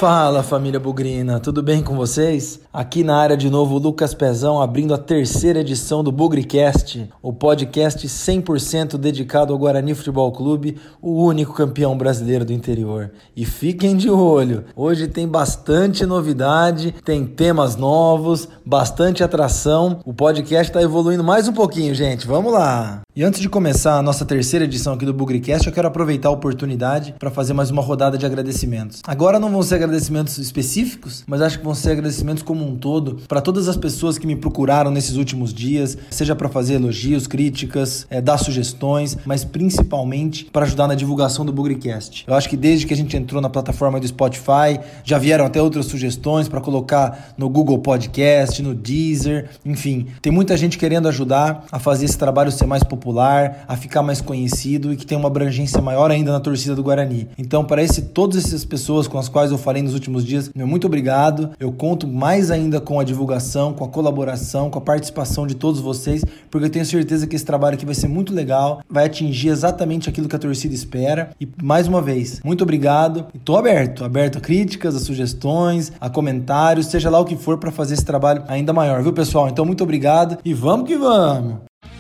Fala, família bugrina, tudo bem com vocês? Aqui na área de novo o Lucas Pezão abrindo a terceira edição do Bugricast, o podcast 100% dedicado ao Guarani Futebol Clube, o único campeão brasileiro do interior. E fiquem de olho, hoje tem bastante novidade, tem temas novos, bastante atração, o podcast está evoluindo mais um pouquinho, gente, vamos lá! E antes de começar a nossa terceira edição aqui do Bugricast, eu quero aproveitar a oportunidade para fazer mais uma rodada de agradecimentos. Agora não vão ser agradecimentos específicos, mas acho que vão ser agradecimentos como um todo para todas as pessoas que me procuraram nesses últimos dias, seja para fazer elogios, críticas, dar sugestões, mas principalmente para ajudar na divulgação do Bugricast. Eu acho que desde que a gente entrou na plataforma do Spotify, já vieram até outras sugestões para colocar no Google Podcast, no Deezer, enfim, tem muita gente querendo ajudar a fazer esse trabalho ser mais popular, a ficar mais conhecido e que tem uma abrangência maior ainda na torcida do Guarani. Então, para todas essas pessoas com as quais eu falei nos últimos dias, meu muito obrigado. Eu conto mais ainda com a divulgação, com a colaboração, com a participação de todos vocês, porque eu tenho certeza que esse trabalho aqui vai ser muito legal, vai atingir exatamente aquilo que a torcida espera. E, mais uma vez, muito obrigado. Estou aberto a críticas, a sugestões, a comentários, seja lá o que for para fazer esse trabalho ainda maior, viu, pessoal? Então, muito obrigado e vamos que vamos!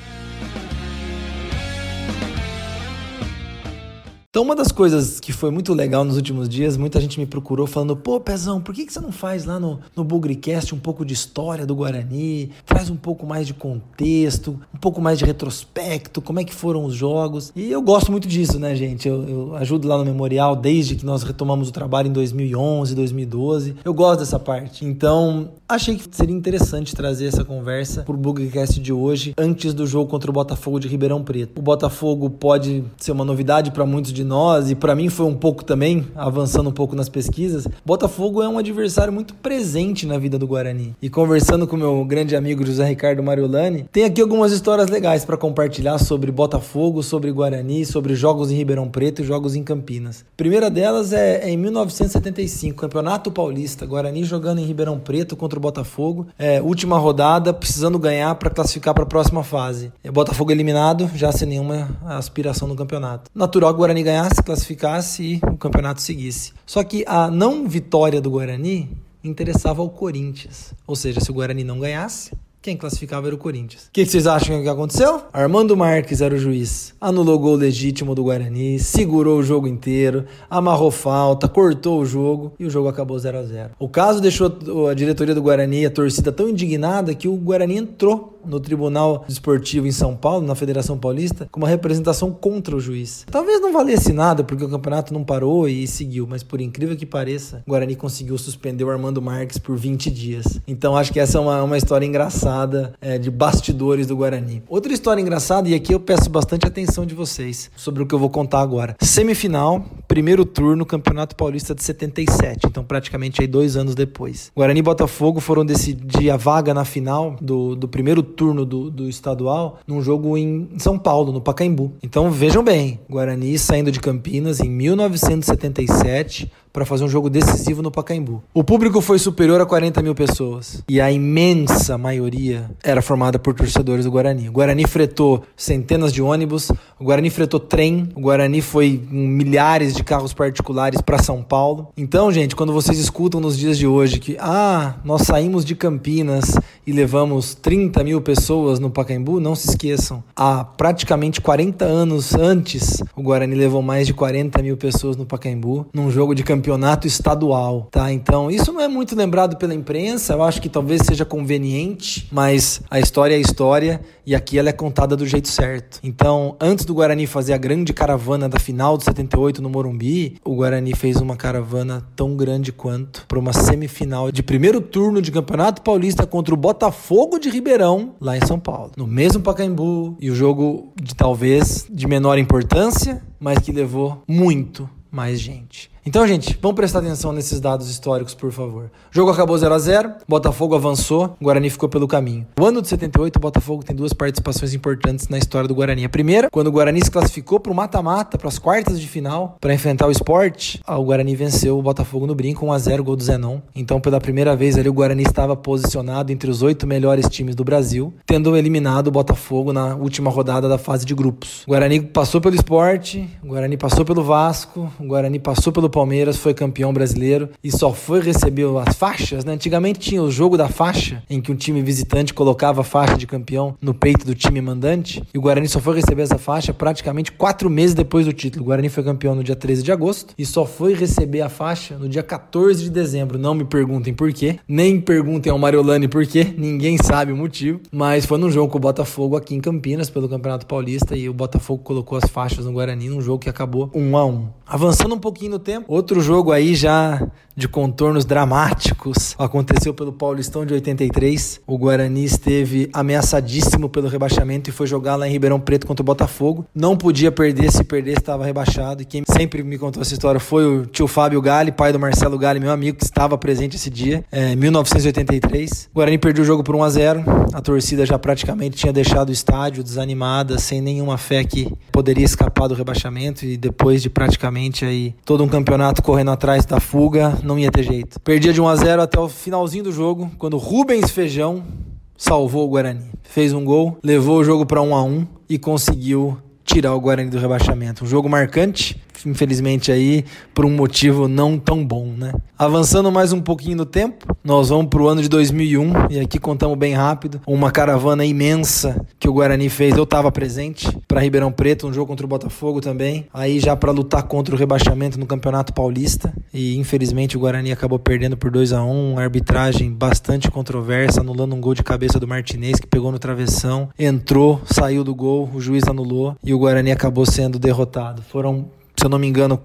Então, uma das coisas que foi muito legal nos últimos dias, muita gente me procurou falando: pô, Pezão, por que você não faz lá no Bugricast um pouco de história do Guarani? Traz um pouco mais de contexto, um pouco mais de retrospecto, como é que foram os jogos? E eu gosto muito disso, né, gente? Eu ajudo lá no Memorial desde que nós retomamos o trabalho em 2011, 2012. Eu gosto dessa parte. Então, achei que seria interessante trazer essa conversa pro Bugricast de hoje, antes do jogo contra o Botafogo de Ribeirão Preto. O Botafogo pode ser uma novidade para muitos de nós, e para mim foi um pouco também, avançando um pouco nas pesquisas. Botafogo é um adversário muito presente na vida do Guarani. E conversando com meu grande amigo José Ricardo Mariolani, tem aqui algumas histórias legais para compartilhar sobre Botafogo, sobre Guarani, sobre jogos em Ribeirão Preto e jogos em Campinas. A primeira delas é em 1975, Campeonato Paulista, Guarani jogando em Ribeirão Preto contra o Botafogo. Última rodada, precisando ganhar para classificar para a próxima fase. Botafogo eliminado, já sem nenhuma aspiração no campeonato. Natural que o Guarani ganhasse, classificasse e o campeonato seguisse. Só que a não vitória do Guarani interessava ao Corinthians. Ou seja, se o Guarani não ganhasse, quem classificava era o Corinthians. O que vocês acham que aconteceu? Armando Marques era o juiz. Anulou o gol legítimo do Guarani, segurou o jogo inteiro, amarrou falta, cortou o jogo e o jogo acabou 0-0. O caso deixou a diretoria do Guarani e a torcida tão indignada que o Guarani entrou no Tribunal Desportivo em São Paulo, na Federação Paulista, com uma representação contra o juiz. Talvez não valesse nada, porque o campeonato não parou e seguiu, mas por incrível que pareça, o Guarani conseguiu suspender o Armando Marques por 20 dias. Então acho que essa é uma história engraçada de bastidores do Guarani. Outra história engraçada, e aqui eu peço bastante atenção de vocês sobre o que eu vou contar agora. Semifinal, primeiro turno, Campeonato Paulista de 77, então praticamente aí 2 anos depois. Guarani e Botafogo foram decidir a vaga na final do primeiro turno do estadual num jogo em São Paulo, no Pacaembu. Então vejam bem, Guarani saindo de Campinas em 1977 para fazer um jogo decisivo no Pacaembu. O público foi superior a 40 mil pessoas e a imensa maioria era formada por torcedores do Guarani. O Guarani fretou centenas de ônibus, o Guarani fretou trem, o Guarani foi com milhares de carros particulares para São Paulo. Então, gente, quando vocês escutam nos dias de hoje que nós saímos de Campinas e levamos 30 mil pessoas no Pacaembu, não se esqueçam, há praticamente 40 anos antes, o Guarani levou mais de 40 mil pessoas no Pacaembu, num jogo de campeonato estadual, tá? Então, isso não é muito lembrado pela imprensa, eu acho que talvez seja conveniente, mas a história é a história e aqui ela é contada do jeito certo. Então, antes do Guarani fazer a grande caravana da final de 78 no Morumbi, o Guarani fez uma caravana tão grande quanto para uma semifinal de primeiro turno de Campeonato Paulista contra o Botafogo de Ribeirão, lá em São Paulo. No mesmo Pacaembu, e o jogo talvez de menor importância, mas que levou muito mais gente. Então, gente, vamos prestar atenção nesses dados históricos, por favor. O jogo acabou 0-0, Botafogo avançou, o Guarani ficou pelo caminho. No ano de 78, o Botafogo tem duas participações importantes na história do Guarani. A primeira, quando o Guarani se classificou para o mata-mata, para as quartas de final, para enfrentar o Sport, o Guarani venceu o Botafogo no brinco, 1-0, gol do Zenon. Então, pela primeira vez ali, o Guarani estava posicionado entre os 8 melhores times do Brasil, tendo eliminado o Botafogo na última rodada da fase de grupos. O Guarani passou pelo Sport, o Guarani passou pelo Vasco, o Guarani passou pelo Palmeiras, foi campeão brasileiro e só foi receber as faixas, né? Antigamente tinha o jogo da faixa, em que um time visitante colocava a faixa de campeão no peito do time mandante, e o Guarani só foi receber essa faixa praticamente 4 meses depois do título. O Guarani foi campeão no dia 13 de agosto e só foi receber a faixa no dia 14 de dezembro. Não me perguntem por quê, nem perguntem ao Mariolani por quê, ninguém sabe o motivo, mas foi num jogo com o Botafogo aqui em Campinas, pelo Campeonato Paulista, e o Botafogo colocou as faixas no Guarani num jogo que acabou 1-1. Avançando um pouquinho no tempo, outro jogo aí já de contornos dramáticos aconteceu pelo Paulistão de 83. O Guarani esteve ameaçadíssimo pelo rebaixamento e foi jogar lá em Ribeirão Preto contra o Botafogo. Não podia perder, se perdesse estava rebaixado, e quem sempre me contou essa história foi o tio Fábio Galli, pai do Marcelo Galli, meu amigo, que estava presente esse dia, 1983. O Guarani perdeu o jogo por 1-0, a torcida já praticamente tinha deixado o estádio desanimada, sem nenhuma fé que poderia escapar do rebaixamento, e depois de praticamente aí todo um campeonato correndo atrás da fuga, não ia ter jeito. Perdia de 1-0 até o finalzinho do jogo, quando Rubens Feijão salvou o Guarani. Fez um gol, levou o jogo para 1-1 e conseguiu tirar o Guarani do rebaixamento. Um jogo marcante, infelizmente aí por um motivo não tão bom, né? Avançando mais um pouquinho no tempo, nós vamos para o ano de 2001 e aqui contamos bem rápido uma caravana imensa que o Guarani fez. Eu estava presente para Ribeirão Preto, um jogo contra o Botafogo também, aí já para lutar contra o rebaixamento no Campeonato Paulista, e infelizmente o Guarani acabou perdendo por 2-1, uma arbitragem bastante controversa, anulando um gol de cabeça do Martinez que pegou no travessão, entrou, saiu do gol, o juiz anulou e o Guarani acabou sendo derrotado. Foram, se eu não me engano,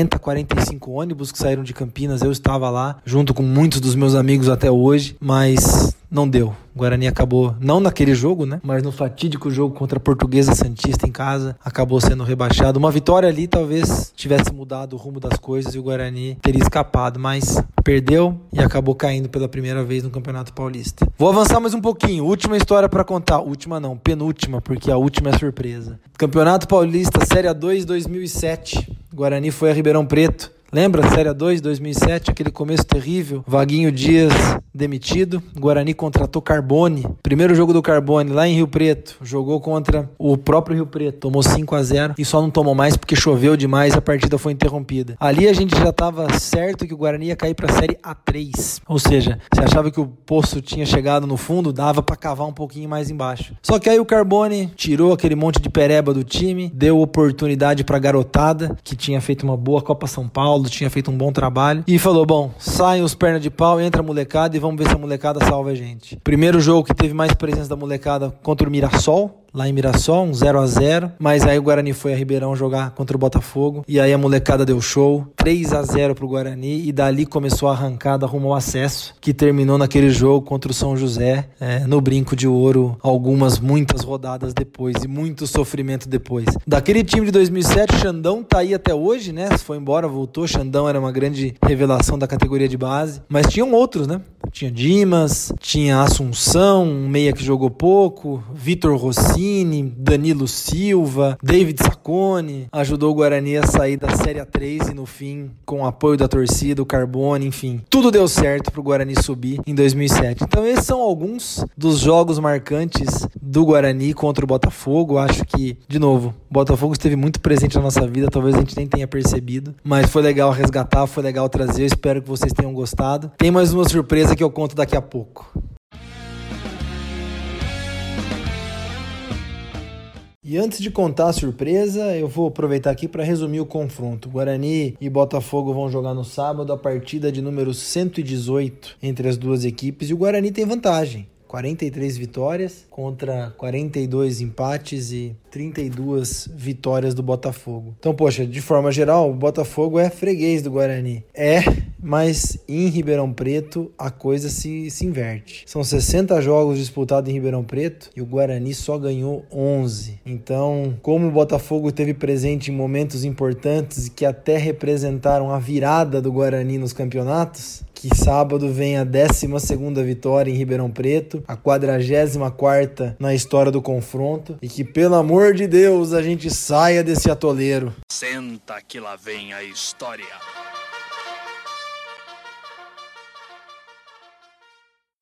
45 ônibus que saíram de Campinas. Eu estava lá, junto com muitos dos meus amigos até hoje, mas não deu. O Guarani acabou, não naquele jogo, né? Mas no fatídico jogo contra a Portuguesa Santista em casa, acabou sendo rebaixado. Uma vitória ali talvez tivesse mudado o rumo das coisas e o Guarani teria escapado, mas perdeu e acabou caindo pela primeira vez no Campeonato Paulista. Vou avançar mais um pouquinho. Última história para contar. Última não, penúltima, porque a última é surpresa. Campeonato Paulista, Série A2, 2007. O Guarani foi a Ribeirão Preto. Lembra? Série A2, 2007, aquele começo terrível. Vaguinho Dias demitido. Guarani contratou Carbone. Primeiro jogo do Carbone lá em Rio Preto. Jogou contra o próprio Rio Preto. Tomou 5-0 e só não tomou mais porque choveu demais e a partida foi interrompida. Ali a gente já estava certo que o Guarani ia cair para a Série A3. Ou seja, se achava que o poço tinha chegado no fundo, dava para cavar um pouquinho mais embaixo. Só que aí o Carbone tirou aquele monte de pereba do time, deu oportunidade para a garotada, que tinha feito uma boa Copa São Paulo, tinha feito um bom trabalho, e falou, bom, saem os pernas de pau, entra a molecada e vamos ver se a molecada salva a gente. Primeiro jogo que teve mais presença da molecada contra o Mirassol, lá em Mirassol, um 0-0, mas aí o Guarani foi a Ribeirão jogar contra o Botafogo, e aí a molecada deu show, 3-0 pro Guarani, e dali começou a arrancada rumo ao acesso, que terminou naquele jogo contra o São José, no Brinco de Ouro, muitas rodadas depois, e muito sofrimento depois. Daquele time de 2007, Xandão tá aí até hoje, né, foi embora, voltou, Xandão era uma grande revelação da categoria de base, mas tinham outros, né, tinha Dimas, tinha Assunção, um meia que jogou pouco, Vitor Rossini, Danilo Silva, David Saccone, ajudou o Guarani a sair da Série A3 e no fim, com o apoio da torcida, o Carbone, enfim, tudo deu certo pro Guarani subir em 2007. Então esses são alguns dos jogos marcantes do Guarani contra o Botafogo. Acho que, de novo, o Botafogo esteve muito presente na nossa vida, talvez a gente nem tenha percebido, mas foi legal resgatar, foi legal trazer, eu espero que vocês tenham gostado. Tem mais uma surpresa que eu conto daqui a pouco. E antes de contar a surpresa, eu vou aproveitar aqui para resumir o confronto. Guarani e Botafogo vão jogar no sábado a partida de número 118 entre as duas equipes e o Guarani tem vantagem. 43 vitórias contra 42 empates e 32 vitórias do Botafogo. Então, poxa, de forma geral, o Botafogo é freguês do Guarani. Mas em Ribeirão Preto a coisa se inverte. São 60 jogos disputados em Ribeirão Preto e o Guarani só ganhou 11. Então, como o Botafogo esteve presente em momentos importantes que até representaram a virada do Guarani nos campeonatos, que sábado vem a 12ª vitória em Ribeirão Preto, a 44ª na história do confronto, e que, pelo amor de Deus, a gente saia desse atoleiro. Senta que lá vem a história.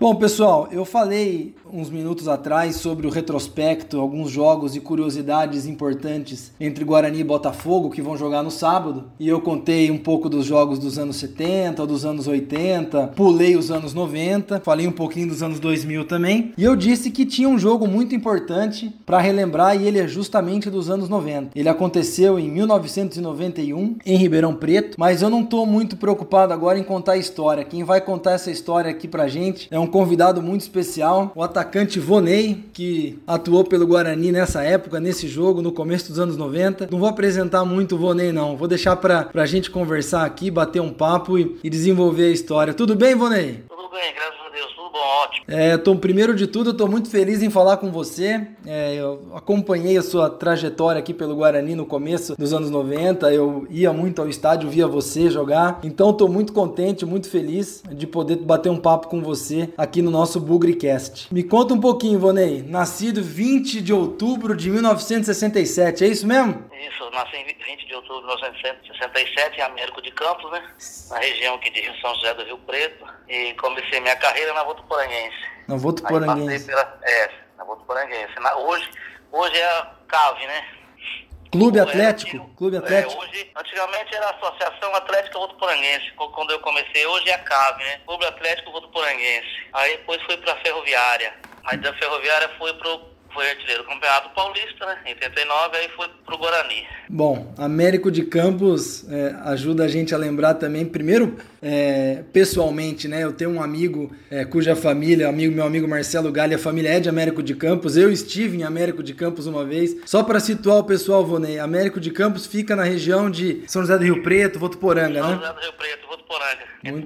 Bom, pessoal, eu falei uns minutos atrás sobre o retrospecto, alguns jogos e curiosidades importantes entre Guarani e Botafogo que vão jogar no sábado. E eu contei um pouco dos jogos dos anos 70, dos anos 80, pulei os anos 90, falei um pouquinho dos anos 2000 também. E eu disse que tinha um jogo muito importante para relembrar e ele é justamente dos anos 90. Ele aconteceu em 1991 em Ribeirão Preto, mas eu não estou muito preocupado agora em contar a história. Quem vai contar essa história aqui pra gente é um convidado muito especial, o atacante Vonei, que atuou pelo Guarani nessa época, nesse jogo, no começo dos anos 90. Não vou apresentar muito o Vonei, não. Vou deixar pra gente conversar aqui, bater um papo e desenvolver a história. Tudo bem, Vonei? Tudo bem, graças a Deus. Tudo bom, ótimo. Primeiro de tudo, eu tô muito feliz em falar com você. Eu acompanhei a sua trajetória aqui pelo Guarani no começo dos anos 90. Eu ia muito ao estádio, via você jogar. Então, tô muito contente, muito feliz de poder bater um papo com você aqui no nosso BugriCast. Me conta um pouquinho, Vonei. Nascido 20 de outubro de 1967, é isso mesmo? Isso, eu nasci em 20 de outubro de 1967 em Américo de Campos, né? Na região aqui de São José do Rio Preto. E comecei minha carreira na Votuporanguense. Na Votuporanguense. Aí passei na Votuporanguense. Hoje é a CAV, né? Clube Atlético? Clube Atlético? Antigamente era a Associação Atlética Votuporanguense, quando eu comecei. Hoje é a CAV, né? Clube Atlético Votuporanguense. Aí depois fui pra Ferroviária. Aí da Ferroviária foi artilheiro do Campeonato Paulista, né? Em 89, aí foi pro Guarani. Bom, Américo de Campos ajuda a gente a lembrar também, primeiro, pessoalmente, né? Eu tenho um amigo cuja família, meu amigo Marcelo Galli, a família é de Américo de Campos. Eu estive em Américo de Campos uma vez. Só para situar o pessoal, Vonei, Américo de Campos fica na região de São José do Rio Preto, Votuporanga, né? São José do Rio Preto, Votuporanga.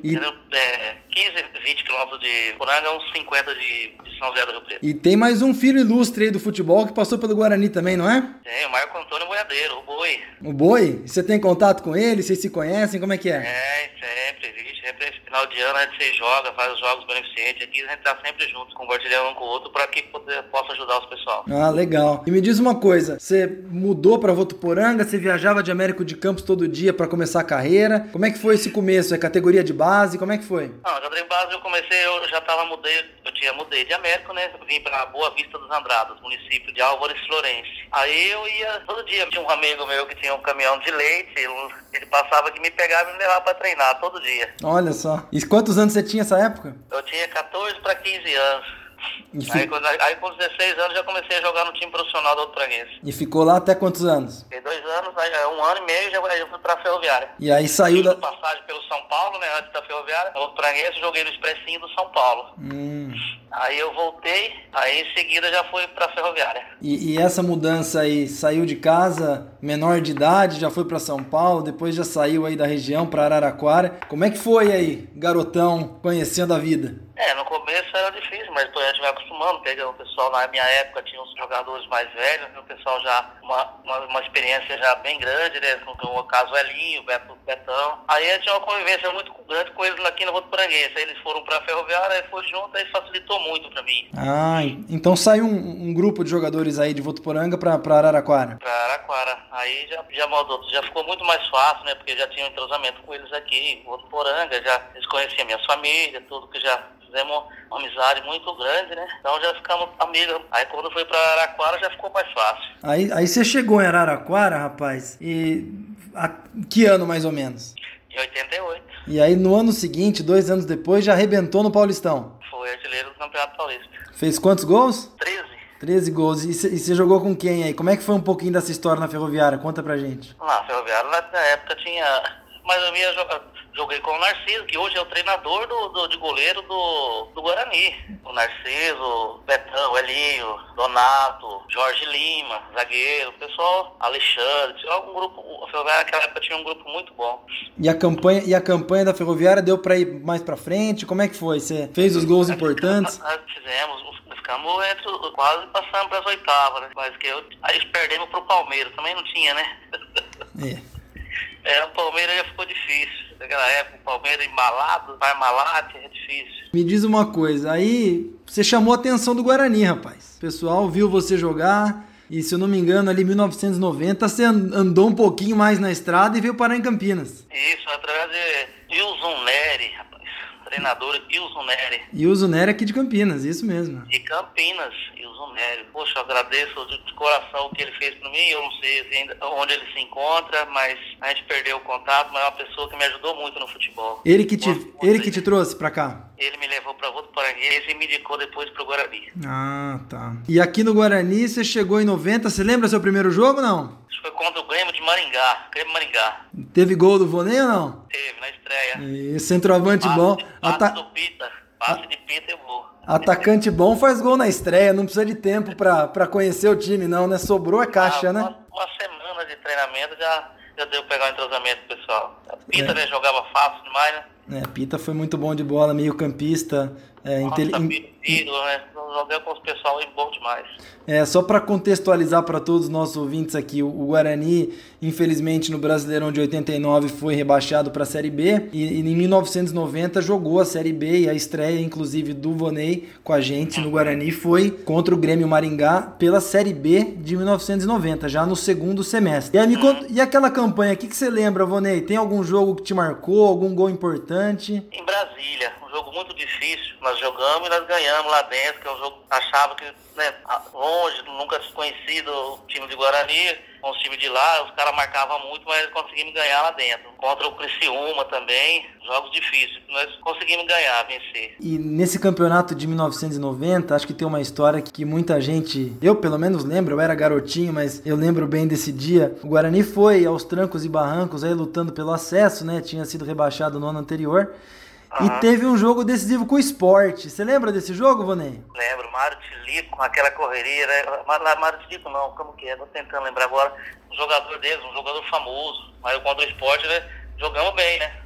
15, 20 quilômetros de Votuporanga, uns 50 de São José do Rio Preto. E tem mais um filho ilustre aí do futebol que passou pelo Guarani também, não é? Tem, o Marco Antônio Boiadeiro, o Boi. O Boi? Você tem contato com ele? Vocês se conhecem? Como é que é? Sempre final de ano a gente joga, faz os jogos beneficentes aqui, a gente tá sempre junto, compartilhando um com o outro para que possa ajudar os pessoal. Ah, legal. E me diz uma coisa, você mudou para Votuporanga, você viajava de Américo de Campos todo dia para começar a carreira. Como é que foi esse começo? É categoria de base? Como é que foi? Não, a categoria de base eu mudei de Américo, né? Vim para Boa Vista dos Andradas, município de Álvares Florense. Aí eu ia todo dia, tinha um amigo meu que tinha um caminhão de leite, ele passava que me pegava e me levava para treinar todo dia. Olha só. E quantos anos você tinha nessa época? Eu tinha 14 para 15 anos. Aí com 16 anos já comecei a jogar no time profissional do Votuporanguense. E ficou lá até quantos anos? Fiquei 2 anos, aí 1 ano e meio já fui pra Ferroviária. E aí saiu da passagem pelo São Paulo, né, antes da Ferroviária. No Votuporanguense joguei no Expressinho do São Paulo. Aí eu voltei, aí em seguida já fui pra Ferroviária. E essa mudança aí, saiu de casa, menor de idade, já foi pra São Paulo, depois já saiu aí da região pra Araraquara. Como é que foi aí, garotão, conhecendo a vida? No começo era difícil, mas depois a gente vai acostumando. O pessoal na minha época tinha uns jogadores mais velhos, o pessoal já uma experiência já bem grande, né? No caso o Elinho, o Betão. Aí a gente tinha uma convivência muito grande com eles aqui no Votuporanguense. Aí eles foram pra Ferroviária, aí foram junto, aí facilitou muito pra mim. Ah, então saiu um grupo de jogadores aí de Votuporanga pra Araraquara. Pra Araraquara. Aí já ficou muito mais fácil, né? Porque já tinha um entrosamento com eles aqui em Votuporanga, eles conheciam minhas famílias, tudo que já fizemos uma amizade muito grande, né? Então já ficamos amigos. Aí quando foi pra Araraquara já ficou mais fácil. Aí você chegou em Araraquara, rapaz, e que ano mais ou menos? Em 88. E aí no ano seguinte, 2 anos depois, já arrebentou no Paulistão. Foi artilheiro do Campeonato Paulista. Fez quantos gols? 13. 13 gols. E você jogou com quem aí? Como é que foi um pouquinho dessa história na Ferroviária? Conta pra gente. Na Ferroviária, na época tinha... Mas eu joguei com o Narciso, que hoje é o treinador de goleiro do Guarani. O Narciso, o Betão, o Elinho, Donato, Jorge Lima, zagueiro, o pessoal, Alexandre, tinha algum grupo. A Ferroviária naquela época tinha um grupo muito bom. E a campanha da Ferroviária deu pra ir mais pra frente? Como é que foi? Você fez os gols importantes? Nós fizemos, ficamos quase passando pras oitavas, né? Mas aí perdemos pro Palmeiras, também não tinha, né? O Palmeiras já ficou difícil. Naquela época, o Palmeiras embalado, Parmalat, é difícil. Me diz uma coisa, aí você chamou a atenção do Guarani, rapaz. O pessoal viu você jogar e, se eu não me engano, ali em 1990, você andou um pouquinho mais na estrada e veio parar em Campinas. Isso, através de Wilson Neri, rapaz. treinador Ilson Neri. E o Zuneri aqui de Campinas, isso mesmo. De Campinas, Ilson Neri. Poxa, eu agradeço de coração o que ele fez por mim. Eu não sei ainda onde ele se encontra, mas a gente perdeu o contato, mas é uma pessoa que me ajudou muito no futebol. Ele que te trouxe pra cá? Ele me levou para Votuporanguense e me indicou depois pro Guarani. Ah, tá. E aqui no Guarani você chegou em 90, você lembra seu primeiro jogo, não? Isso foi contra o Grêmio de Maringá, Teve gol do Vonei ou não? Teve, na estreia. E centroavante bom. Passe do Pita, passe de Pita e gol. Atacante bom faz gol na estreia, não precisa de tempo pra conhecer o time não, né? Sobrou é caixa, né? Uma semana de treinamento já deu pra pegar o entrosamento do pessoal. Pita, né, jogava fácil demais, né? Pita foi muito bom de bola, meio campista. Joguei com os pessoal bom demais. Só para contextualizar para todos os nossos ouvintes aqui, o Guarani, infelizmente no Brasileirão de 89 foi rebaixado para a Série B e em 1990 jogou a Série B e a estreia inclusive do Vonei com a gente no Guarani foi contra o Grêmio Maringá pela Série B de 1990, já no segundo semestre. E aí, e aquela campanha, o que você lembra, Vonei? Tem algum jogo que te marcou, algum gol importante? Em Brasília, um jogo muito difícil, nós jogamos e nós ganhamos lá dentro, que é um jogo que achava que, né, longe, nunca desconhecido o time de Guarani, com os times de lá, os caras marcavam muito, mas conseguimos ganhar lá dentro. Contra o Criciúma também, jogos difíceis, nós conseguimos ganhar, vencer. E nesse campeonato de 1990, acho que tem uma história que muita gente, eu pelo menos lembro, eu era garotinho, mas eu lembro bem desse dia. O Guarani foi aos trancos e barrancos aí lutando pelo acesso, né? Tinha sido rebaixado no ano anterior. E teve um jogo decisivo com o Sport. Você lembra desse jogo, Vonei? Lembro, Mário Tilico, aquela correria, né? Mário Tilico não, como que é? Tô tentando lembrar agora. Um jogador deles, um jogador famoso. Mas contra o Sport, né? Jogamos bem, né?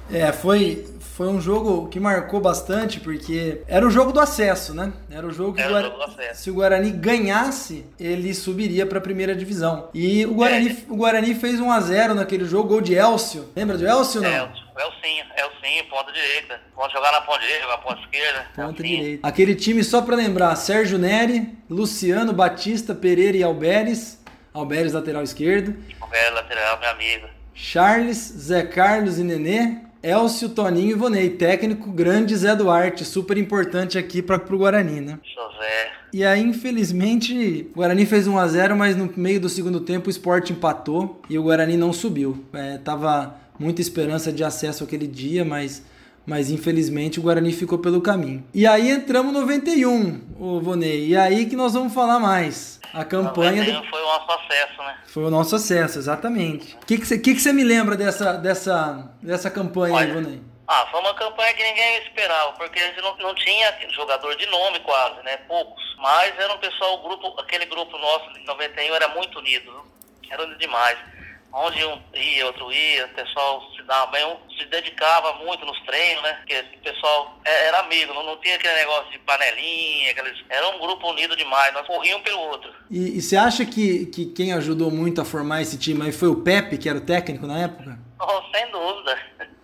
Foi um jogo que marcou bastante, porque era o jogo do acesso, né? Era o jogo que se o Guarani ganhasse, ele subiria para a primeira divisão. E o Guarani fez 1-0 naquele jogo, gol de Elcio. Lembra do Elcio, não? Elcinho, ponta direita. Pode jogar na ponta direita, na ponta esquerda. Ponta direita. Aquele time, só pra lembrar, Sérgio Neri, Luciano, Batista, Pereira e Alberes. Alberes, lateral esquerdo. Alberes, lateral, meu amigo. Charles, Zé Carlos e Nenê. Elcio, Toninho e Vonei. Técnico grande Zé Duarte. Super importante aqui pro Guarani, né? Zé. E aí, infelizmente, o Guarani fez 1-0, mas no meio do segundo tempo o Sport empatou e o Guarani não subiu. Tava muita esperança de acesso aquele dia, mas infelizmente o Guarani ficou pelo caminho. E aí entramos no 91, o Vonei, e aí que nós vamos falar mais. A campanha... 91 foi o nosso acesso, né? Foi o nosso acesso, exatamente. O que você me lembra dessa campanha aí, Vonei? Foi uma campanha que ninguém esperava, porque a gente não tinha jogador de nome quase, né? Poucos. Mas era um pessoal, aquele grupo nosso de 91 era muito unido, viu? Era unido demais. Onde um ia, outro ia, o pessoal se dava bem, se dedicava muito nos treinos, né? Porque o pessoal era amigo, não tinha aquele negócio de panelinha, era um grupo unido demais, nós corríamos um pelo outro. E você acha que quem ajudou muito a formar esse time aí foi o Pepe, que era o técnico na época? Sem dúvida.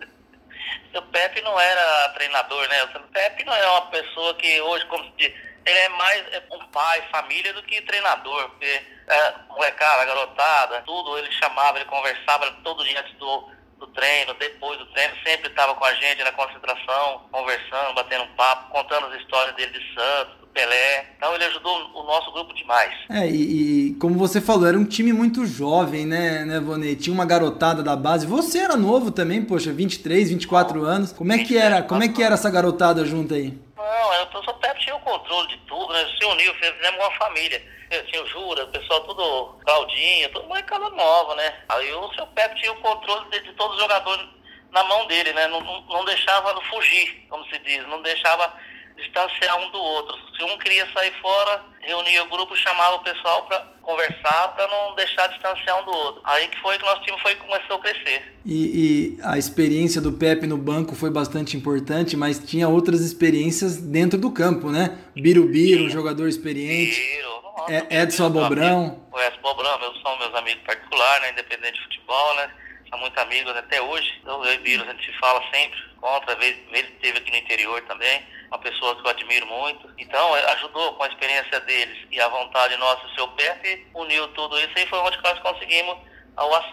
O Pepe não era treinador, né? O Pepe não é uma pessoa que hoje, como se diz, ele é mais um pai, família do que treinador, porque molecada, garotada, tudo, ele chamava, ele conversava todo dia antes do treino, depois do treino, sempre estava com a gente na concentração, conversando, batendo um papo, contando as histórias dele de Santos, do Pelé. Então ele ajudou o nosso grupo demais. E como você falou, era um time muito jovem, né, Vonei? Tinha uma garotada da base. Você era novo também, poxa, 23, 24 anos. Como é que era essa garotada junto aí? Não, o Pepe tinha o controle de tudo, né? Se uniu, fizemos uma família. Tinha o Jura, o pessoal tudo, Claudinho, tudo molecada nova, né? Aí o seu Pepe tinha o controle de todos os jogadores na mão dele, né? Não deixava fugir, como se diz, não deixava distanciar um do outro. Se um queria sair fora, reunia o grupo, chamava o pessoal para conversar, para não deixar distanciar um do outro. Aí que foi que nosso time começou a crescer. E a experiência do Pepe no banco foi bastante importante, mas tinha outras experiências dentro do campo, né? Birubiru, um jogador experiente. Edson Abobrão. O Edson Abobrão, são meus amigos particulares, né? Independente de futebol, né? São muito amigos até hoje. Então, eu e Biro, a gente se fala sempre. Ele esteve aqui no interior também. Uma pessoa que eu admiro muito. Então, ajudou com a experiência deles e a vontade nossa, o seu Pepe, uniu tudo isso e foi onde nós conseguimos o acesso.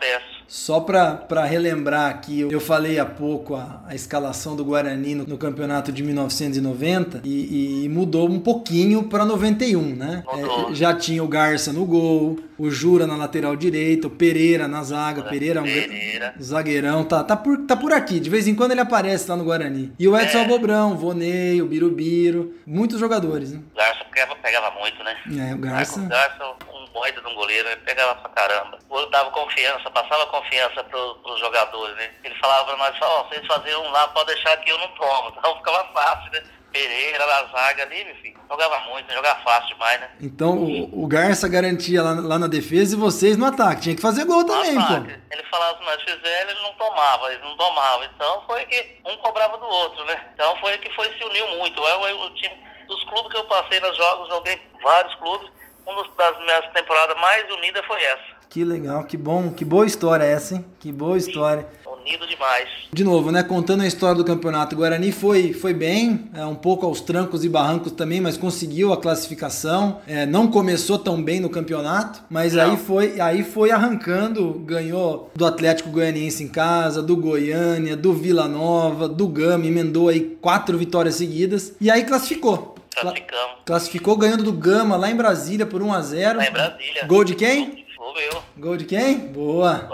Só para relembrar aqui, eu falei há pouco a escalação do Guarani no campeonato de 1990 e mudou um pouquinho para 91, né? Já tinha o Garça no gol, o Jura na lateral direita, o Pereira na zaga. Pereira. Um zagueirão, tá por aqui. De vez em quando ele aparece lá no Guarani. E o Edson Abobrão, o Vonei, o Birubiru, muitos jogadores, né? O Garça pegava muito, né? O Garça... um boida de um goleiro, ele pegava pra caramba. O dava confiança, passava confiança pros jogadores, né? Ele falava pra nós, vocês fazem um lá, pode deixar que eu não tomo. Então ficava fácil, né? Pereira na zaga ali, meu filho. Jogava muito, jogava fácil demais, né? Então o Garça garantia lá na defesa e vocês no ataque. Tinha que fazer gol também, pô. Ele falava, nós fizemos, ele não tomava. Então foi que um cobrava do outro, né? Então foi que se uniu muito. O time dos clubes que eu passei nos jogos, joguei vários clubes. Uma das minhas temporadas mais unidas foi essa. Que legal, que bom, que boa história essa, hein? Que boa história. Unido demais. De novo, né? Contando a história do campeonato, o Guarani foi bem, um pouco aos trancos e barrancos também, mas conseguiu a classificação. Não começou tão bem no campeonato, mas aí foi arrancando, ganhou do Atlético Goianiense em casa, do Goiânia, do Vila Nova, do Gama, emendou aí 4 vitórias seguidas e aí classificou. Classificou ganhando do Gama lá em Brasília por 1-0. Lá em Brasília. Gol de quem? Meu. Gol de quem? Boa.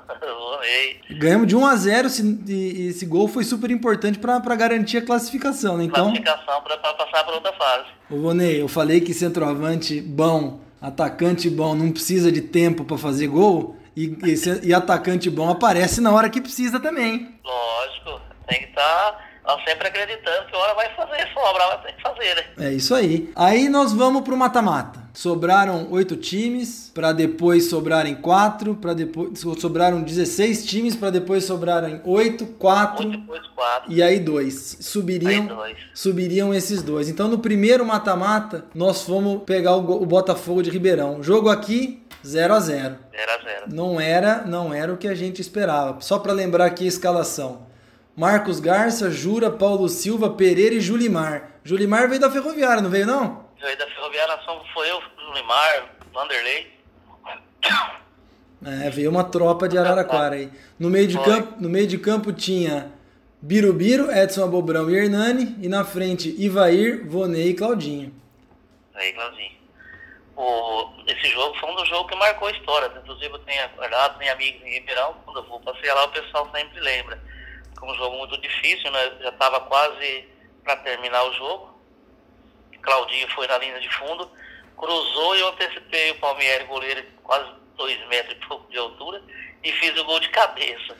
Ganhamos de 1-0 e esse gol foi super importante para garantir a classificação, né? Então, classificação para passar para outra fase. Ô Vonei, eu falei que centroavante bom, atacante bom, não precisa de tempo para fazer gol e atacante bom aparece na hora que precisa também. Lógico, tem que estar sempre acreditando que a hora vai fazer, sobrar vai ter que fazer, né? É isso aí. Aí nós vamos pro mata-mata. Sobraram 8 times, para depois sobrarem 4, para depois sobraram 16 times, para depois sobrarem 8, 4, depois 4. E aí 2. Subiriam esses 2. Então no primeiro mata-mata, nós fomos pegar o Botafogo de Ribeirão. Jogo aqui 0-0. 0-0. Não era o que a gente esperava. Só para lembrar aqui a escalação. Marcos Garça, Jura, Paulo Silva, Pereira e Julimar. Julimar veio da Ferroviária, não veio não? Veio da Ferroviária, foi eu, Julimar, Vanderlei. Veio uma tropa de Araraquara aí. No meio de campo tinha Birubiru, Edson Abobrão e Hernani. E na frente, Ivair, Vonei e Claudinho. Esse jogo foi um dos jogos que marcou a história. Inclusive eu tenho guardado, tenho amigos em Ribeirão. Quando eu vou passear lá, o pessoal sempre lembra. Foi um jogo muito difícil, né? Já estava quase para terminar o jogo. Claudinho foi na linha de fundo, cruzou e eu antecipei o Palmieri, goleiro, quase 2 metros e pouco de altura, e fiz o gol de cabeça,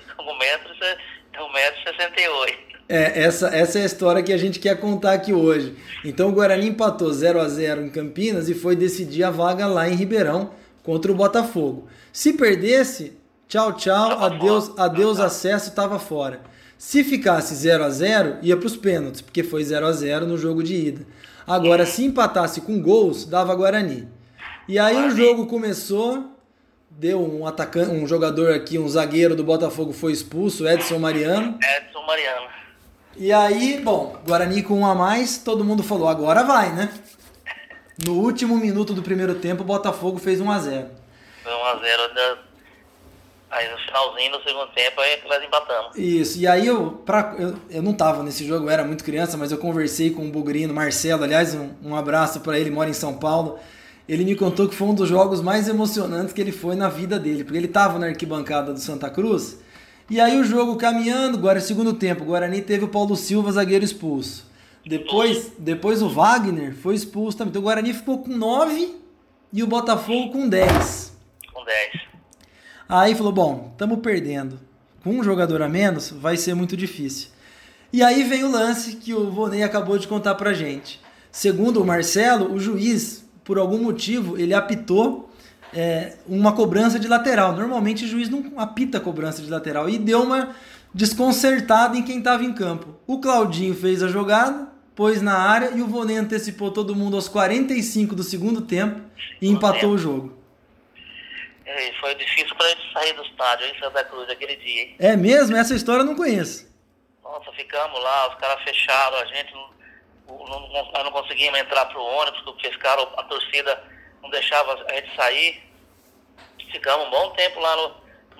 1,68 m. Essa é a história que a gente quer contar aqui hoje. Então o Guarani empatou 0-0 em Campinas e foi decidir a vaga lá em Ribeirão contra o Botafogo. Se perdesse, tchau, adeus acesso, estava fora. Se ficasse 0-0, ia para os pênaltis, porque foi 0-0 no jogo de ida. Agora, se empatasse com gols, dava Guarani. E aí o jogo começou, deu um jogador aqui, um zagueiro do Botafogo foi expulso, Edson Mariano. E aí, bom, Guarani com 1 a mais, todo mundo falou, agora vai, né? No último minuto do primeiro tempo, o Botafogo fez 1-0. Foi 1-0, aí no finalzinho do segundo tempo, aí nós empatamos. Isso, e aí eu não tava nesse jogo, eu era muito criança, mas eu conversei com o bugrino Marcelo, aliás, um abraço para ele, mora em São Paulo. Ele me contou que foi um dos jogos mais emocionantes que ele foi na vida dele, porque ele tava na arquibancada do Santa Cruz, e aí o jogo caminhando, agora segundo tempo, o Guarani teve o Paulo Silva, zagueiro expulso. Depois o Wagner foi expulso também, então o Guarani ficou com 9 e o Botafogo com 10. Com 10. Aí falou, bom, estamos perdendo. Com um jogador a menos, vai ser muito difícil. E aí vem o lance que o Vonei acabou de contar pra gente. Segundo o Marcelo, o juiz, por algum motivo, ele apitou uma cobrança de lateral. Normalmente o juiz não apita cobrança de lateral. E deu uma desconcertada em quem estava em campo. O Claudinho fez a jogada, pôs na área e o Vonei antecipou todo mundo aos 45 do segundo tempo e empatou o jogo. Foi difícil pra gente sair do estádio em Santa Cruz aquele dia, hein? É mesmo? Essa história eu não conheço. Nossa, ficamos lá, os caras fecharam, a gente nós não conseguimos entrar pro ônibus, porque a torcida não deixava a gente sair. Ficamos um bom tempo lá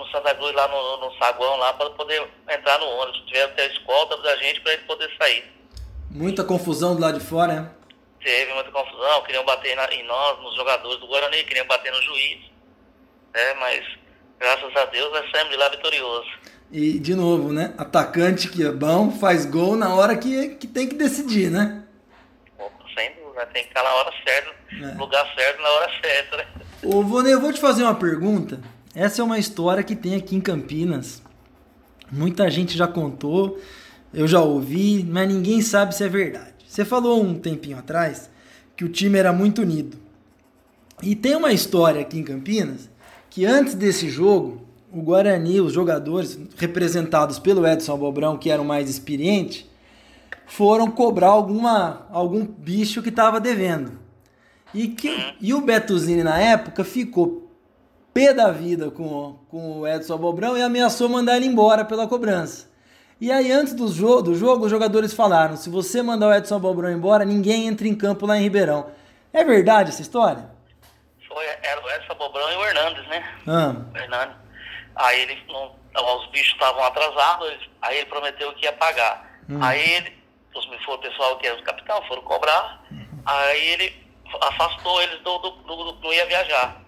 no Santa Cruz, lá no saguão, lá, para poder entrar no ônibus. Tiveram que ter a escolta da gente para ele poder sair. Muita confusão do lado de fora, né? Teve muita confusão, queriam bater em nós, nos jogadores do Guarani, queriam bater no juiz. Mas graças a Deus nós saímos de lá vitorioso. E, de novo, né? Atacante que é bom, faz gol na hora que tem que decidir, né? Sem dúvida, tem que estar na hora certa, no lugar certo, na hora certa, né? Ô, Vonei, eu vou te fazer uma pergunta. Essa é uma história que tem aqui em Campinas. Muita gente já contou, eu já ouvi, mas ninguém sabe se é verdade. Você falou um tempinho atrás que o time era muito unido. E tem uma história aqui em Campinas que antes desse jogo, o Guarani, os jogadores representados pelo Edson Abobrão, que era o mais experiente, foram cobrar algum bicho que estava devendo. E o Betuzini, na época, ficou pé da vida com o Edson Abobrão e ameaçou mandar ele embora pela cobrança. E aí, antes do jogo, os jogadores falaram, se você mandar o Edson Abobrão embora, ninguém entra em campo lá em Ribeirão. É verdade essa história? Era o Edson Abobrão e o Hernandes, né? O Hernandes. Aí os bichos estavam atrasados, aí ele prometeu que ia pagar. Aí o pessoal que era o capitão foram cobrar, aí ele afastou eles não ia viajar.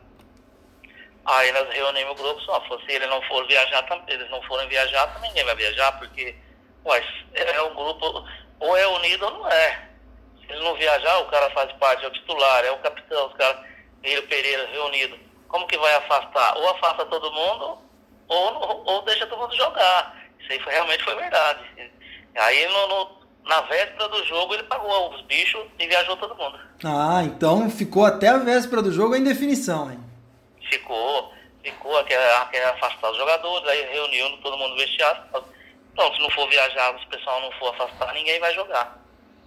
Aí nós reunimos o grupo, se eles não forem viajar, também ninguém vai viajar, porque é um grupo, ou é unido ou não é. Se ele não viajar, o cara faz parte, é o titular, é o capitão, os caras, ele, Pereira, reunido. Como que vai afastar? Ou afasta todo mundo, ou deixa todo mundo jogar. Isso aí realmente foi verdade. Aí na véspera do jogo ele pagou os bichos e viajou todo mundo. Então ficou até a véspera do jogo em definição, hein? Ficou, quer afastar os jogadores, aí reuniu todo mundo no vestiário. Então, se não for viajar, se o pessoal não for afastar, ninguém vai jogar.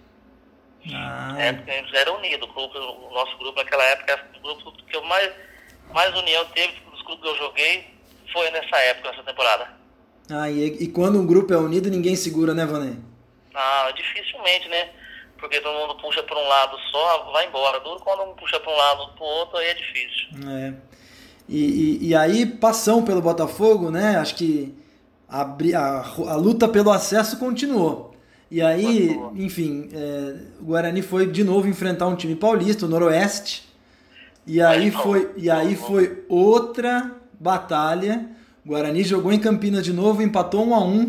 Porque eles eram unidos. O nosso grupo naquela época era o grupo que eu mais união teve dos grupos que eu joguei, foi nessa época, nessa temporada. E quando um grupo é unido, ninguém segura, né, Vanei? Dificilmente, né? Porque todo mundo puxa para um lado só, vai embora. Duro quando um puxa para um lado para o outro, aí é difícil. E aí, passão pelo Botafogo, né? Acho que a luta pelo acesso continuou. E aí, enfim, o Guarani foi de novo enfrentar um time paulista, o Noroeste. E aí foi outra batalha. O Guarani jogou em Campinas de novo, empatou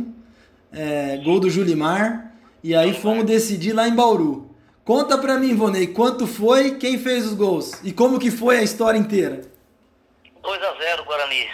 1-1, gol do Julimar. E aí fomos decidir lá em Bauru. Conta pra mim, Vonei, quanto foi, quem fez os gols? E como que foi a história inteira? 2-0 Guarani.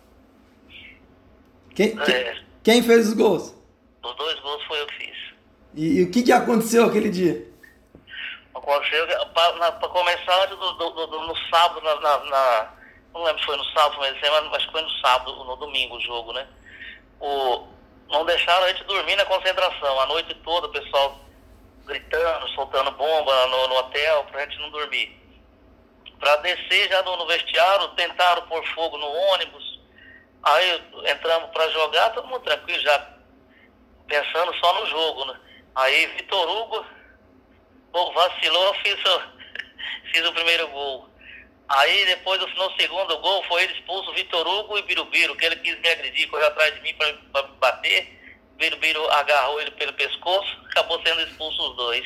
Quem fez os gols? Os 2 gols foi eu que fiz. E o que aconteceu aquele dia? Aconteceu, para começar, antes no sábado, não lembro se foi no sábado, mas acho que foi no sábado, no domingo o jogo, né? Não deixaram a gente dormir na concentração. A noite toda o pessoal gritando, soltando bomba no hotel pra gente não dormir. Pra descer já no vestiário, tentaram pôr fogo no ônibus. Aí entramos pra jogar, todo mundo tranquilo, já pensando só no jogo, né? Aí Vitor Hugo vacilou, fiz o primeiro gol. Aí depois no segundo gol foi ele expulso, Vitor Hugo e Birubiru, que ele quis me agredir, correu atrás de mim para me bater. Birubiru agarrou ele pelo pescoço, acabou sendo expulso os 2.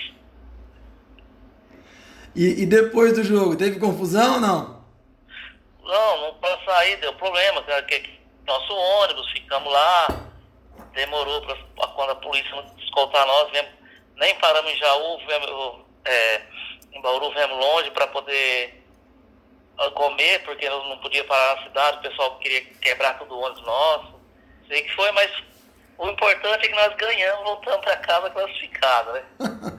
E depois do jogo, teve confusão ou não? Não para sair deu problema, que nosso ônibus, ficamos lá, demorou quando a polícia escoltar nós, nem paramos em Jaú, em Bauru, viemos longe para poder comer, porque não podia parar na cidade, o pessoal queria quebrar tudo o ônibus nosso. Sei que foi, mas o importante é que nós ganhamos, voltamos para casa classificado, né?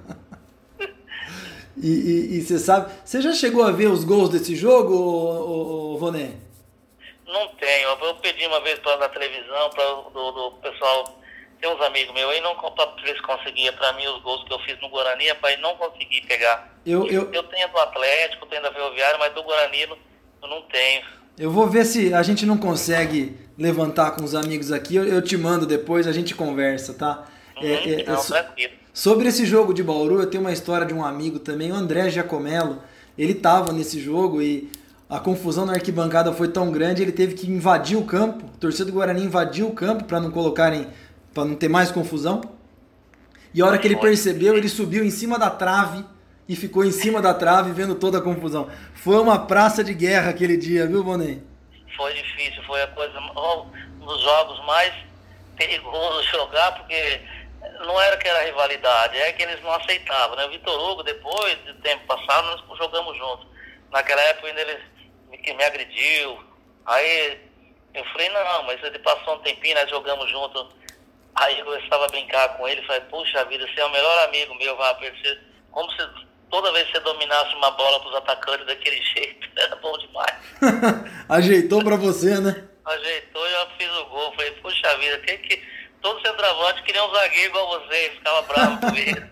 E você sabe, você já chegou a ver os gols desse jogo, Vonei? Não tenho, eu pedi uma vez na televisão do pessoal, tem uns amigos meus aí, para ver se conseguia para mim os gols que eu fiz no Guarani, rapaz, não consegui pegar. Eu tenho do Atlético, tenho da Ferroviária, mas do Guarani eu não tenho. Eu vou ver se a gente não consegue levantar com os amigos aqui, eu te mando depois, a gente conversa, tá? Tranquilo. Sobre esse jogo de Bauru, eu tenho uma história de um amigo também, o André Giacomello, ele estava nesse jogo e a confusão na arquibancada foi tão grande, ele teve que invadir o campo, a torcida do Guarani invadiu o campo para não ter mais confusão. E a hora que ele percebeu, ele subiu em cima da trave e ficou em cima da trave vendo toda a confusão. Foi uma praça de guerra aquele dia, viu, Vonei? Foi difícil, foi um dos jogos mais perigosos de jogar, porque não era que era rivalidade, é que eles não aceitavam, né? O Vitor Hugo, depois do tempo passado, nós jogamos juntos. Naquela época ainda ele me agrediu. Aí eu falei, não, mas ele passou um tempinho, nós jogamos juntos. Aí eu começava a brincar com ele, falei, puxa vida, você é o melhor amigo meu, vai aparecer. Como se toda vez que você dominasse uma bola pros atacantes daquele jeito, era bom demais. Ajeitou pra você, né? Ajeitou e eu fiz o gol. Falei, puxa vida, todo centroavante queria um zagueiro igual você, ficava bravo comigo.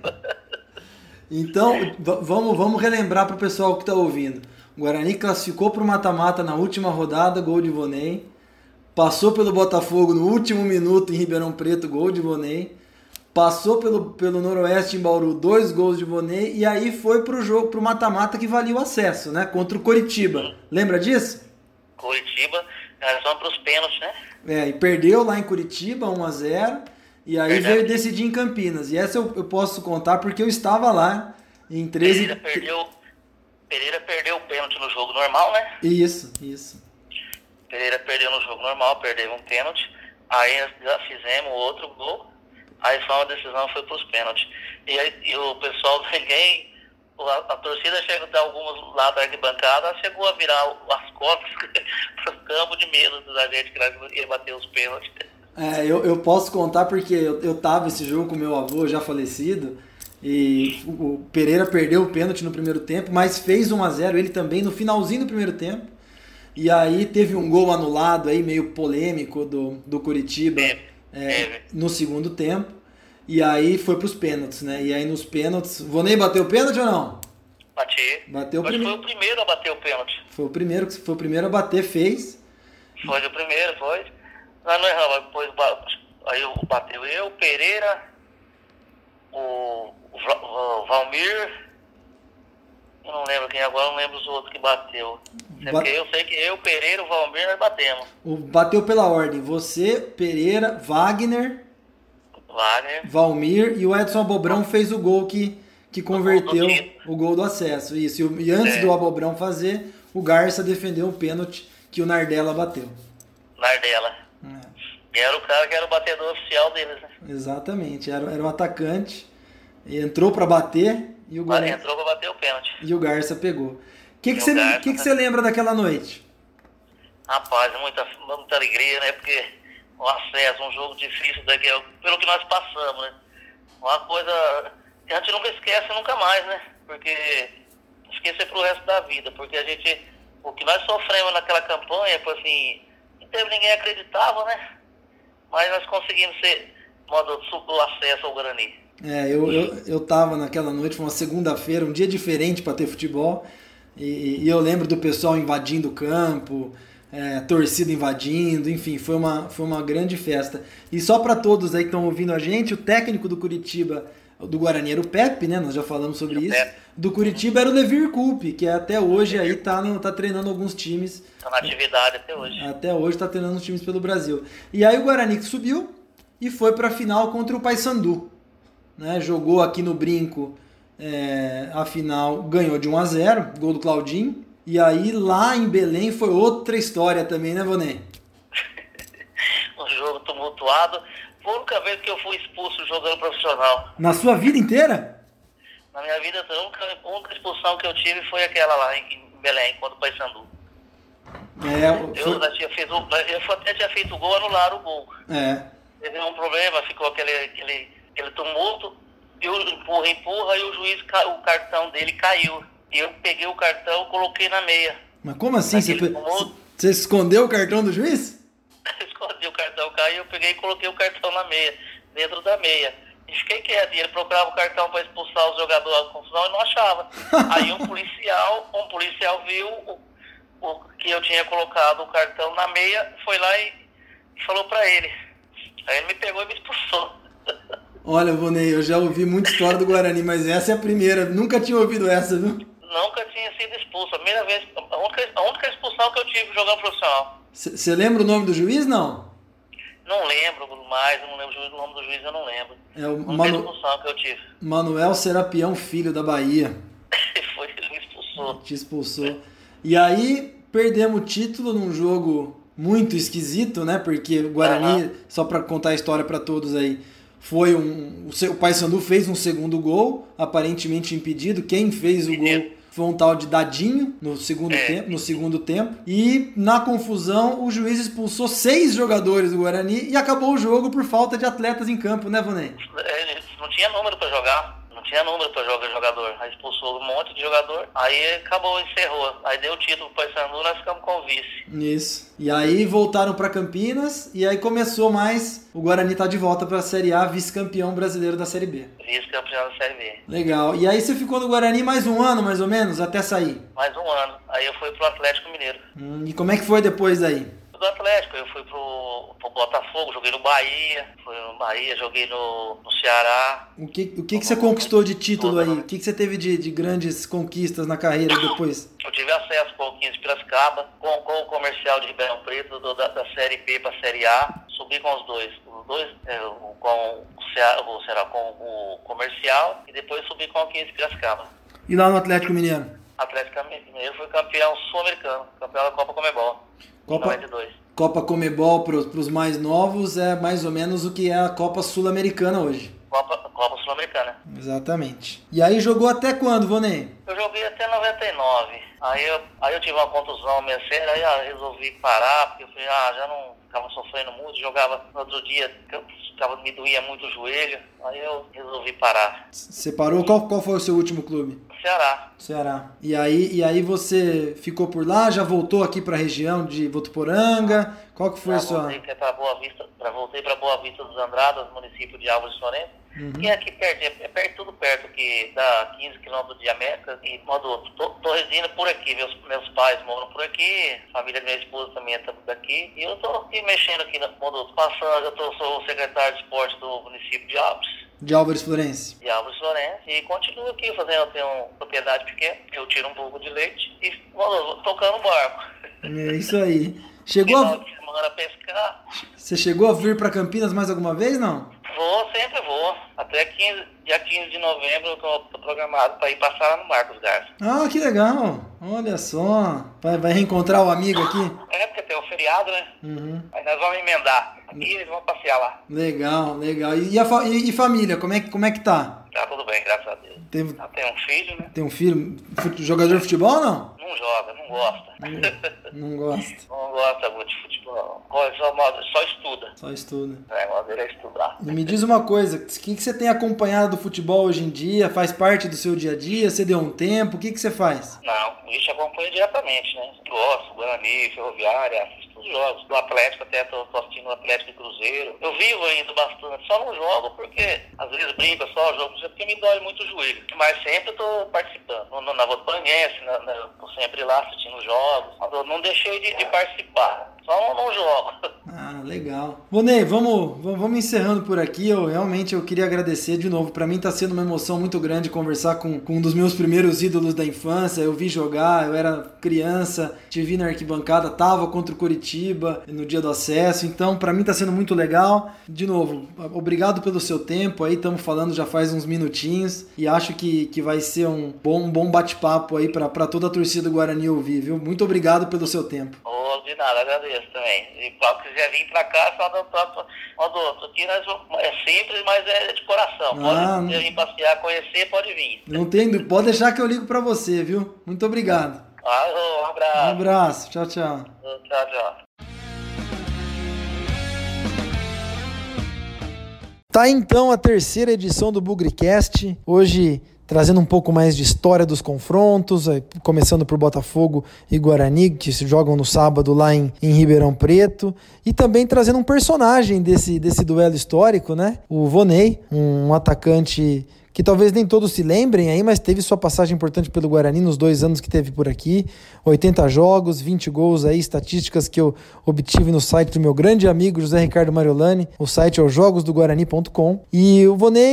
Então, vamos relembrar pro pessoal que tá ouvindo. O Guarani classificou pro mata-mata na última rodada, gol de Vonei. Passou pelo Botafogo no último minuto em Ribeirão Preto, gol de Vonei. Passou pelo Noroeste em Bauru, 2 gols de Vonei. E aí foi pro mata-mata que valia o acesso, né? Contra o Coritiba. Lembra disso? Coritiba, era só pros pênaltis, né? E perdeu lá em Curitiba, 1-0. E aí veio decidir em Campinas. E essa eu posso contar porque eu estava lá em 13... Pereira perdeu o pênalti no jogo normal, né? Isso. Pereira perdeu no jogo normal, perdeu um pênalti. Aí já fizemos outro gol. Aí só uma decisão foi pros pênaltis. E o pessoal a torcida chegou até alguns lá da arquibancada, chegou a virar as costas pro campo de medo da gente que nós ia bater os pênaltis. Eu posso contar porque eu tava esse jogo com meu avô já falecido. E o Pereira perdeu o pênalti no primeiro tempo, mas fez 1-0 ele também no finalzinho do primeiro tempo. E aí teve um gol anulado aí, meio polêmico do Curitiba no segundo tempo. E aí foi pros pênaltis, né? E aí nos pênaltis... Vonei bateu o pênalti ou não? Bati. Bateu Foi o primeiro a bater o pênalti. Foi o primeiro a bater, fez. Foi o primeiro, foi. Não errava, depois aí bateu eu, Pereira, o Valmir, eu não lembro quem agora, não lembro os outros que bateu. Eu sei que eu, Pereira, o Valmir, nós batemos. Bateu pela ordem, você, Pereira, Wagner, Valmir e o Edson Abobrão fez o gol que converteu o gol do acesso. Isso. E antes do Abobrão fazer, o Garça defendeu o pênalti que o Nardella bateu. E era o cara que era o batedor oficial deles, né? Exatamente, era um atacante. Entrou para bater e o Guarani... Entrou para bater o pênalti. E o Garça pegou. O que você lembra daquela noite? Rapaz, muita alegria, né? Porque o acesso, um jogo difícil pelo que nós passamos, né? Uma coisa que a gente nunca esquece nunca mais, né? Porque esquecer pro resto da vida. Porque o que nós sofremos naquela campanha, assim, não teve ninguém acreditava, né? Mas nós conseguimos o acesso ao Guarani. Eu tava naquela noite, foi uma segunda-feira, um dia diferente para ter futebol, e eu lembro do pessoal invadindo o campo, torcida invadindo, enfim, foi uma grande festa. E só para todos aí que estão ouvindo a gente, o técnico do Curitiba, do Guarani era o Pepe, né? Nós já falamos sobre isso. Do Curitiba era o Levir Coupe, que até hoje aí tá treinando alguns times. Tá na atividade até hoje. Até hoje tá treinando os times pelo Brasil. E aí o Guarani subiu e foi para a final contra o Paysandu. Né, jogou aqui no Brinco a final, ganhou de 1-0, gol do Claudinho. E aí lá em Belém foi outra história também, né, Vonei? Um jogo tumultuado. Foi a única vez que eu fui expulso jogando profissional. Na sua vida inteira? Na minha vida, a única expulsão que eu tive foi aquela lá em Belém, contra o Paysandu. Eu até tinha feito o gol, anularam o gol. Teve um problema, ficou aquele tumulto, eu empurra e o juiz, o cartão dele caiu. E eu peguei o cartão e coloquei na meia. Mas como assim? Você escondeu o cartão do juiz? Escondi o cartão, caiu, eu peguei e coloquei o cartão na meia, dentro da meia. E fiquei quieto, e ele procurava o cartão para expulsar os jogadores da confusão e não achava. Aí um policial viu que eu tinha colocado o cartão na meia, foi lá e falou para ele. Aí ele me pegou e me expulsou. Olha, Vonei, eu já ouvi muita história do Guarani, mas essa é a primeira. Nunca tinha ouvido essa, viu? nunca tinha sido expulso. A primeira vez, a única expulsão que eu tive jogando profissional. Você lembra o nome do juiz, não? Não lembro mais, não lembro o nome do juiz, eu não lembro. É o a única expulsão que eu tive. Manuel Serapião Filho, da Bahia. Foi, ele me expulsou. Te expulsou. E aí, perdemos o título num jogo muito esquisito, né? Porque o Guarani, só para contar a história para todos aí, foi o Paysandu fez um segundo gol, aparentemente impedido. Quem fez o gol foi um tal de Dadinho no segundo tempo. E na confusão, o juiz expulsou 6 jogadores do Guarani e acabou o jogo por falta de atletas em campo, né, Vonei? Não tinha número para jogar. Não tinha número para jogar jogador. Aí expulsou um monte de jogador. Aí acabou, encerrou. Aí deu o título pro Paysandu, nós ficamos com o vice. Isso. E aí voltaram para Campinas e aí começou mais. O Guarani tá de volta para a Série A, vice-campeão brasileiro da Série B. Vice-campeão da Série B. Legal. E aí você ficou no Guarani mais um ano, mais ou menos, até sair? Mais um ano. Aí eu fui pro Atlético Mineiro. E como é que foi depois daí? Do Atlético, eu fui pro Botafogo, joguei no Bahia, joguei no Ceará. O que você conquistou de título aí? O que você teve de grandes conquistas na carreira depois? Eu tive acesso com o 15 de Piracicaba, com o comercial de Ribeirão Preto, da Série B para a Série A, subi com os dois, com o comercial e depois subi com o 15 de Piracicaba. E lá no Atlético Mineiro? Atlético Mineiro foi campeão sul-americano, campeão da Copa Comebol. 92. Copa Comebol para os mais novos é mais ou menos o que é a Copa Sul-Americana hoje. Copa Sul-Americana. Exatamente. E aí jogou até quando, Vonei? Eu joguei até 99. Aí eu tive uma contusão meio séria, aí eu resolvi parar, porque eu falei, já não ficava sofrendo muito, jogava no outro dia, me doía muito o joelho, aí eu resolvi parar. Você parou? Qual foi o seu último clube? Ceará. E aí você ficou por lá, já voltou aqui para a região de Votuporanga? Qual que foi a sua... Voltei para Boa Vista dos Andradas, município de Álvares Florencio. Que é aqui perto, tudo perto, que dá 15 quilômetros de América. E tô residindo por aqui, meus pais moram por aqui, a família da minha esposa também é daqui. E eu tô aqui mexendo aqui, eu sou o secretário de esporte do município de Álvares. De Álvares Florencio. E continuo aqui eu tenho uma propriedade pequena, eu tiro um pouco de leite e tocando o barco. É isso aí. Final de semana pescar. Você chegou a vir para Campinas mais alguma vez, não? Sempre vou. Até dia 15 de novembro eu tô programado para ir passar lá no Marcos Garça. Ah, que legal. Olha só. Vai reencontrar o amigo aqui? Porque tem um feriado, né? Aí nós vamos emendar. Aqui eles vão passear lá. Legal. E família, como é que tá? Tá tudo bem, graças a Deus. Tem um filho, né? Tem um filho? Jogador de futebol ou não? Não joga, não gosta. Não gosta. Não gosta muito de futebol. Só estuda. Só estuda. O modo dele é estudar. E me diz uma coisa, o que você tem acompanhado do futebol hoje em dia? Faz parte do seu dia a dia? Você deu um tempo? O que você faz? Não, isso acompanha diretamente, né? Gosto, Guarani, Ferroviária, assisto os jogos. Do Atlético até, tô assistindo o Atlético e Cruzeiro. Eu vivo ainda bastante, só não jogo porque, às vezes brinco, só jogo porque me dói muito o joelho. Mas sempre tô participando. Na Votuporanguense, tô sempre lá assistindo os jogos. Eu não deixei de participar. Só não jogo. Ah, legal. Vonei, vamos encerrando por aqui. Eu queria agradecer de novo. Para mim tá sendo uma emoção muito grande conversar com um dos meus primeiros ídolos da infância. Eu vi jogar, eu era criança, te vi na arquibancada, tava contra o Coritiba no dia do acesso. Então, para mim tá sendo muito legal. De novo, obrigado pelo seu tempo aí. Estamos falando já faz uns minutinhos e acho que vai ser um bom bate-papo aí para toda a torcida do Guarani ouvir, viu? Muito obrigado pelo seu tempo. De nada, agradeço também. E quando quiser vir pra cá, só dá aqui nós vamos, é simples, mas é de coração. Pode vir passear, conhecer, pode vir. Não tem, pode deixar que eu ligo pra você, viu? Muito obrigado. Um abraço. Um abraço. Tchau. Tchau. Tá então a terceira edição do BugriCast. Hoje trazendo um pouco mais de história dos confrontos, começando por Botafogo e Guarani, que se jogam no sábado lá em Ribeirão Preto, e também trazendo um personagem desse duelo histórico, né? O Vonei, um atacante que talvez nem todos se lembrem aí, mas teve sua passagem importante pelo Guarani nos 2 anos que teve por aqui, 80 jogos, 20 gols aí, estatísticas que eu obtive no site do meu grande amigo José Ricardo Mariolani. O site é o jogosdoguarani.com, e o Vonei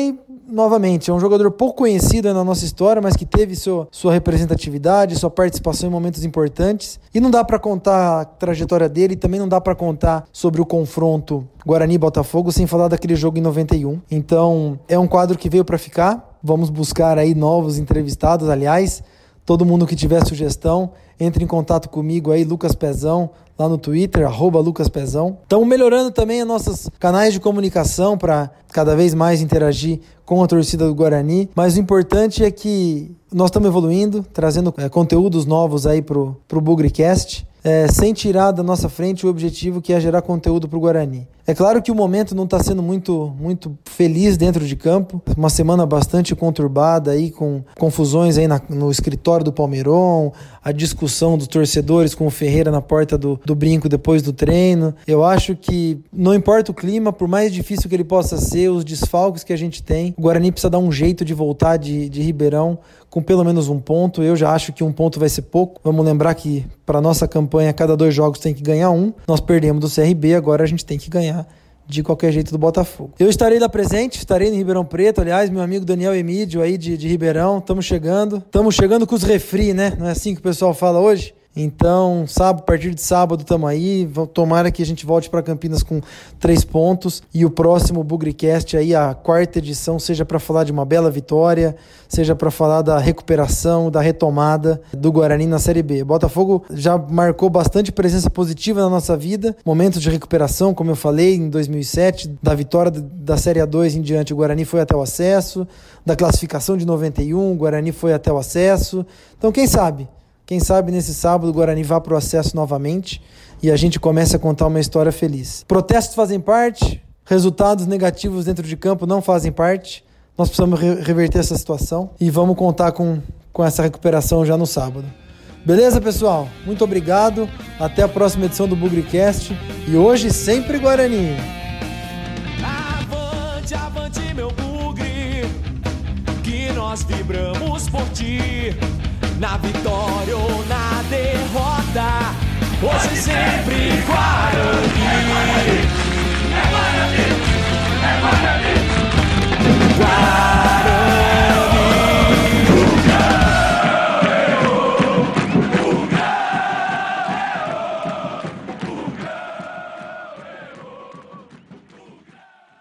novamente, é um jogador pouco conhecido na nossa história, mas que teve sua representatividade, sua participação em momentos importantes. E não dá para contar a trajetória dele, também não dá para contar sobre o confronto Guarani-Botafogo sem falar daquele jogo em 91. Então, é um quadro que veio para ficar. Vamos buscar aí novos entrevistados, aliás. Todo mundo que tiver sugestão, entre em contato comigo aí, Lucas Pezão, lá no Twitter, @LucasPezão. Estamos melhorando também os nossos canais de comunicação para cada vez mais interagir com a torcida do Guarani, mas o importante é que nós estamos evoluindo, trazendo conteúdos novos aí pro BugriCast, sem tirar da nossa frente o objetivo que é gerar conteúdo pro Guarani. É claro que o momento não está sendo muito feliz dentro de campo, uma semana bastante conturbada aí, com confusões aí no escritório do Palmeiron, a discussão dos torcedores com o Ferreira na porta do Brinco depois do treino. Eu acho que não importa o clima, por mais difícil que ele possa ser, os desfalques que a gente tem, o Guarani precisa dar um jeito de voltar de Ribeirão com pelo menos um ponto. Eu já acho que um ponto vai ser pouco. Vamos lembrar que para nossa campanha, cada 2 jogos tem que ganhar um. Nós perdemos do CRB, agora a gente tem que ganhar de qualquer jeito do Botafogo. Eu estarei lá presente, estarei no Ribeirão Preto, aliás, meu amigo Daniel Emídio aí de Ribeirão, estamos chegando com os refri, né? Não é assim que o pessoal fala hoje? Então, a partir de sábado estamos aí, tomara que a gente volte para Campinas com 3 pontos e o próximo BugriCast aí, a 4ª edição, seja para falar de uma bela vitória, seja para falar da recuperação, da retomada do Guarani na Série B. Botafogo já marcou bastante presença positiva na nossa vida, momentos de recuperação, como eu falei, em 2007, da vitória da Série A2 em diante, o Guarani foi até o acesso, da classificação de 91, o Guarani foi até o acesso. Então, quem sabe nesse sábado o Guarani vá para o acesso novamente e a gente comece a contar uma história feliz. Protestos fazem parte, resultados negativos dentro de campo não fazem parte. Nós precisamos reverter essa situação e vamos contar com essa recuperação já no sábado. Beleza, pessoal? Muito obrigado. Até a próxima edição do BugriCast. E hoje, sempre Guarani. Avante, avante, meu bugre, que nós vibramos por ti. Na vitória ou na derrota, hoje sempre Guarani.